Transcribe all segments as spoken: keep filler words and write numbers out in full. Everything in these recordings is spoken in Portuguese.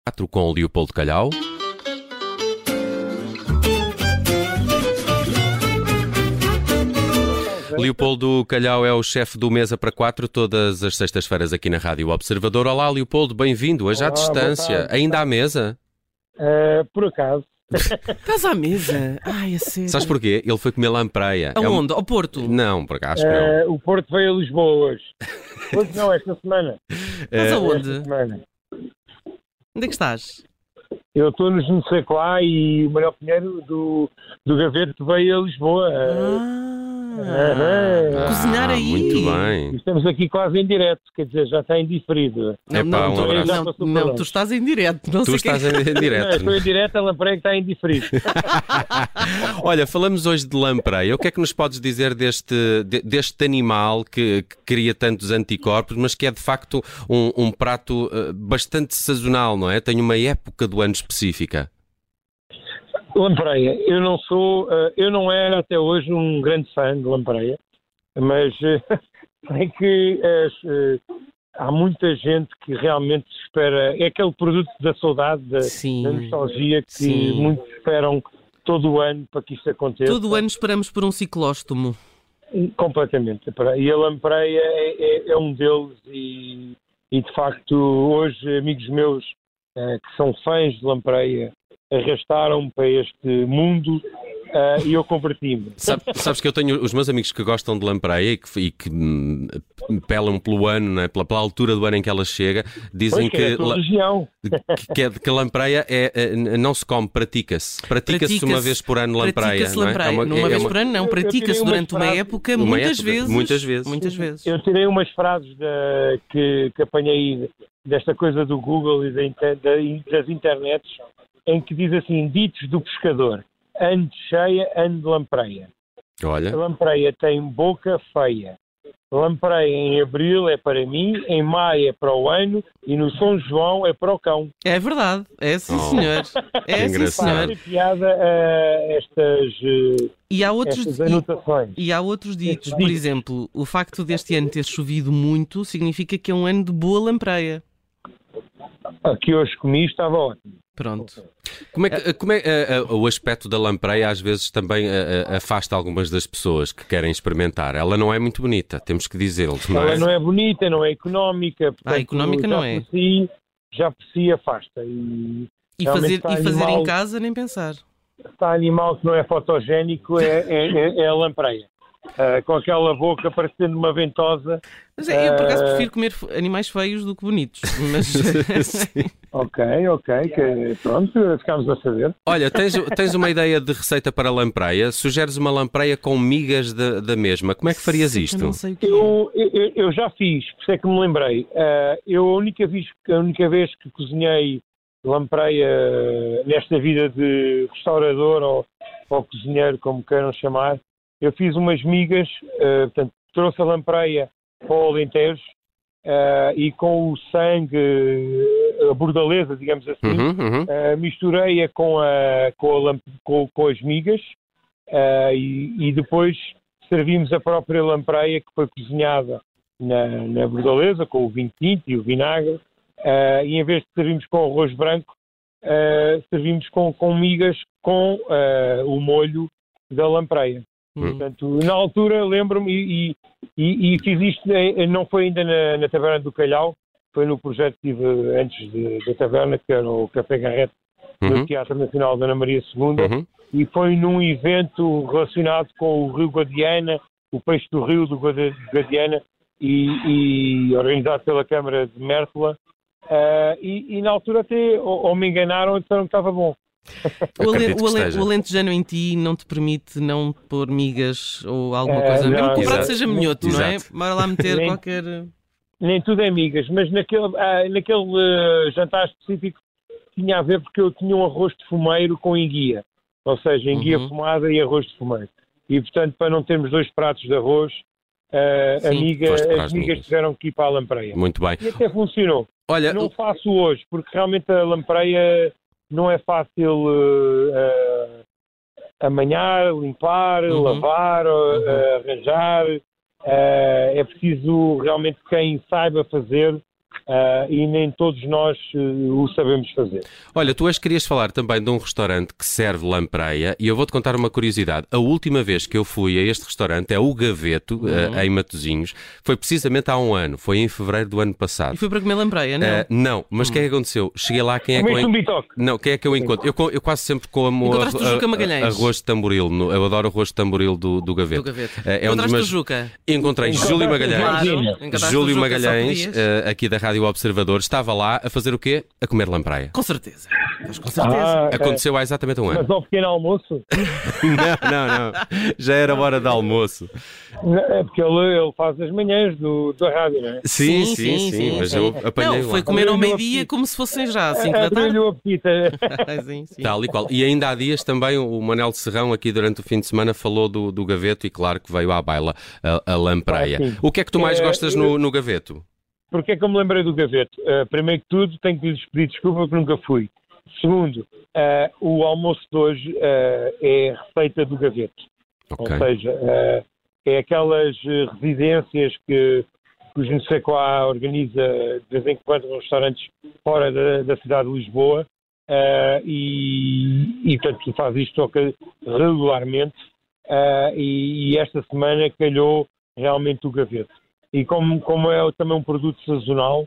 quatro com o Leopoldo Calhau. Leopoldo Calhau é o chefe do Mesa para Quatro, todas as sextas-feiras aqui na Rádio Observador. Olá, Leopoldo, bem-vindo. Hoje à Olá, distância. Ainda à mesa? Uh, por acaso. Estás à mesa? Ai, é sério. Sabes porquê? Ele foi comer lampreia. Aonde? É um... Ao Porto? Não, por acaso acho que não. Uh, o Porto veio a Lisboa hoje. Hoje não, esta semana. Estás aonde? Esta semana. Onde é que estás? Eu estou nos não sei que lá e o Manuel Pinheiro do, do Gaveto veio a Lisboa. Ah, Ah, cozinhar ah, aí. Muito bem. Estamos aqui quase em direto, quer dizer, já está em diferido. Não, Epá, não, um tu, abraço. não, Já não, passou tu estás em direto. Não Tu sei quem- estás em Não, direto. estou em direto, a lampreia está em diferido. Olha, falamos hoje de lampreia. O que é que nos podes dizer deste, de- deste animal que, que cria tantos anticorpos, mas que é de facto um, um prato eh, bastante sazonal, não é? Tem uma época do ano específica. Lampreia, eu não sou, uh, eu não era até hoje um grande fã de lampreia, mas uh, sei que uh, uh, há muita gente que realmente espera, é aquele produto da saudade, da, Sim. da nostalgia que Sim. muitos esperam todo o ano para que isto aconteça. Todo o ano esperamos por um ciclóstomo. Completamente. E a lampreia é, é, é um deles e, e de facto hoje amigos meus uh, que são fãs de lampreia arrastaram-me para este mundo uh, e eu converti-me. Sabe- sabes que eu tenho os meus amigos que gostam de lampreia e que, e que hum, pelam pelo ano, não é? pela, pela altura do ano em que ela chega, dizem Pois, que é que, a tua la- região. que, que, é, que a lampreia é, é- não se come, pratica-se. Pratica-se Pratica-se- uma vez por ano lampreia. Pratica-se Não é? lampreia. É uma- Numa é vez uma- por ano, não. Eu- eu Pratica-se tirei umas durante uma frases- época, Uma muitas época, vezes. muitas vezes. Muitas vezes. Eu tirei umas frases da, que, que apanhei desta coisa do Google e da, inter- da, das internets em que diz assim, ditos do pescador, ano de cheia, ano de lampreia. A Olha, lampreia tem boca feia. Lampreia em abril é para mim, em maio é para o ano e no São João é para o cão. É verdade. É sim, Oh. senhor. É sim, engraçado. senhor. Faz piada a estas, eh, E há outros... estas e- anotações. E há outros ditos, Estes por ditos. exemplo, o facto deste ano ter chovido muito significa que é um ano de boa lampreia. A que hoje comi estava ótimo. Pronto. como é que como é, eh, eh, o aspecto da lampreia às vezes também eh, eh, afasta algumas das pessoas que querem experimentar. Ela não é muito bonita, temos que dizê-lo, não Ela é? não é bonita, não é económica. Portanto, Ah, económica já não é. Por si, já por si afasta. E, E realmente fazer, está e fazer animal, em casa, nem pensar. está animal que não é fotogénico, é, é, é- é a lampreia. Ah, com aquela boca parecendo uma ventosa. Mas é, eu, por acaso, Eh, prefiro comer f- animais feios do que bonitos. Mas Sim. Ok, ok, que, pronto, ficámos a saber. Olha, tens, tens uma ideia de receita para lampreia? Sugeres uma lampreia com migas da, da mesma. Como é que farias eu isto? não sei o que é. Eu, eu, eu já fiz, por isso é que me lembrei. Ah, eu a única, vez, a única vez que cozinhei lampreia nesta vida de restaurador ou, ou cozinheiro, como queiram chamar, eu fiz umas migas, ah, portanto, trouxe a lampreia para o Alentejo ah, e com o sangue, a bordaleza, digamos assim, Uhum, uhum. Uh, misturei-a com, a, com, a lamp- com- com as migas uh, e, e depois servimos a própria lampreia que foi cozinhada na, na bordaleza com o vinho tinto e o vinagre uh, e em vez de servirmos com arroz branco uh, servimos com, com migas com uh, o molho da lampreia. Hum. Portanto, na altura lembro-me e, e- e fiz isto, eh, não foi ainda na, na Taberna do Calhau, foi no projeto que tive antes de- da taberna, que era o Café Garrete, Uhum. no Teatro Nacional da Ana Maria segunda, Uhum. e foi num evento relacionado com o Rio Guadiana, o peixe do Rio do Guadi- Guadiana, e, e organizado pela Câmara de Mértola, ah, e, e na altura até ou, ou me enganaram e disseram que estava bom. O, ale- Acredito que o, ale- esteja. o alentejano em ti não te permite não pôr migas ou alguma Eh, coisa. não, Mesmo que o prato exato. seja minhoto, não é? Exato. Bora lá meter Nem- qualquer... Nem tudo é migas, mas naquele, ah, naquele ah, jantar específico tinha a ver porque eu tinha um arroz de fumeiro com enguia, ou seja, enguia Uhum. fumada e arroz de fumeiro. E, portanto, para não termos dois pratos de arroz, ah, a Sim. miga, Foste para as as migas migas. tiveram que ir para a lampreia. Muito bem. E até funcionou. Olha, Não faço hoje, porque realmente a lampreia não é fácil ah, ah, amanhar, limpar, Uhum. lavar, ah, arranjar. Ah, é preciso realmente quem saiba fazer uh, e nem todos nós uh, o sabemos fazer. Olha, tu hoje querias falar também de um restaurante que serve lampreia e eu vou-te contar uma curiosidade. A última vez que eu fui a este restaurante é o Gaveto, uhum. uh, em Matosinhos. Foi precisamente há um ano, foi em fevereiro do ano passado. E foi para comer lampreia, não? Uh, não, mas o hum. que é que aconteceu? Cheguei lá, quem é que eu... Um bitoque. Não, quem é que eu encontro? Eu, eu quase sempre como a, a, arroz de tamboril. Eu adoro arroz de tamboril do, do Gaveto. Do Gaveto. Uh, é um dos meus... Juca? Encontrei Júlio Magalhães. Claro. Júlio Magalhães, uh, aqui da Rádio Observador, estava lá a fazer o quê? A comer lampreia. Com certeza. Mas com certeza. Ah, Aconteceu há exatamente um ano. Mas ao pequeno almoço? não, não, não. Já era hora de almoço. É porque ele, ele faz as manhãs do, da rádio, não é? Sim, sim, sim. sim, sim mas sim. eu apanhei Não, foi lá. comer ao meio-dia como se fossem já às cinco da tarde. O apetite. sim, sim. Tal e qual. E ainda há dias também o Manel Serrão, aqui durante o fim de semana, falou do, do Gaveto e claro que veio à baila a, a lampreia. Ah, o que é que tu mais é, gostas no, no Gaveto? Porque é que eu me lembrei do Gaveto? Uh, primeiro que tudo, tenho que lhes pedir desculpa porque nunca fui. Segundo, uh, o almoço de hoje uh, é receita do Gaveto. Okay. Ou seja, uh, é aquelas residências que, que o Junsecoa organiza de vez em quando em restaurantes fora da, da cidade de Lisboa uh, e, e, portanto, faz isto regularmente uh, e, e esta semana calhou realmente o Gaveto. E como, como é também um produto sazonal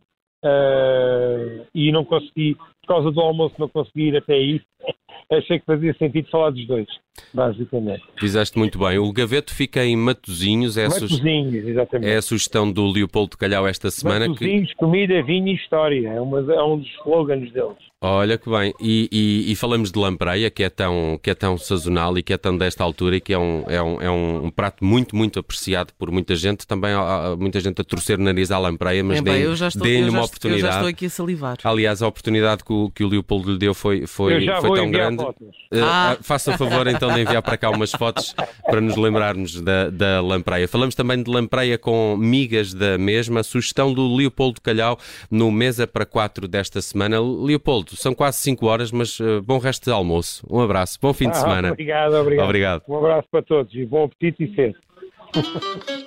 uh, e não consegui, por causa do almoço não consegui ir até aí, achei que fazia sentido falar dos dois, basicamente. Fizeste muito bem. O Gaveto fica em Matosinhos. É Matosinhos, su... exatamente. É a sugestão do Leopoldo Calhau esta semana. Matosinhos, que... comida, vinho e história. É, uma, é um dos slogans deles. Olha que bem. E, e, e falamos de lampreia, que é, tão, que é tão sazonal e que é tão desta altura e que é um, é um, é um prato muito, muito apreciado por muita gente. Também há muita gente a torcer o nariz à lampreia, mas deem-lhe deem uma oportunidade. Eu já estou aqui a salivar. Aliás, a oportunidade que o, que o Leopoldo lhe deu foi, foi, foi tão grande. Uh, ah. Faça o favor então de enviar para cá umas fotos para nos lembrarmos da, da lampreia. Falamos também de lampreia com migas da mesma. Sugestão do Leopoldo Calhau no Mesa para Quatro desta semana. Leopoldo, são quase cinco horas, mas uh, bom resto de almoço. Um abraço, bom fim de ah, semana. Obrigado, obrigado. Obrigado. Um abraço para todos e bom apetite e cedo.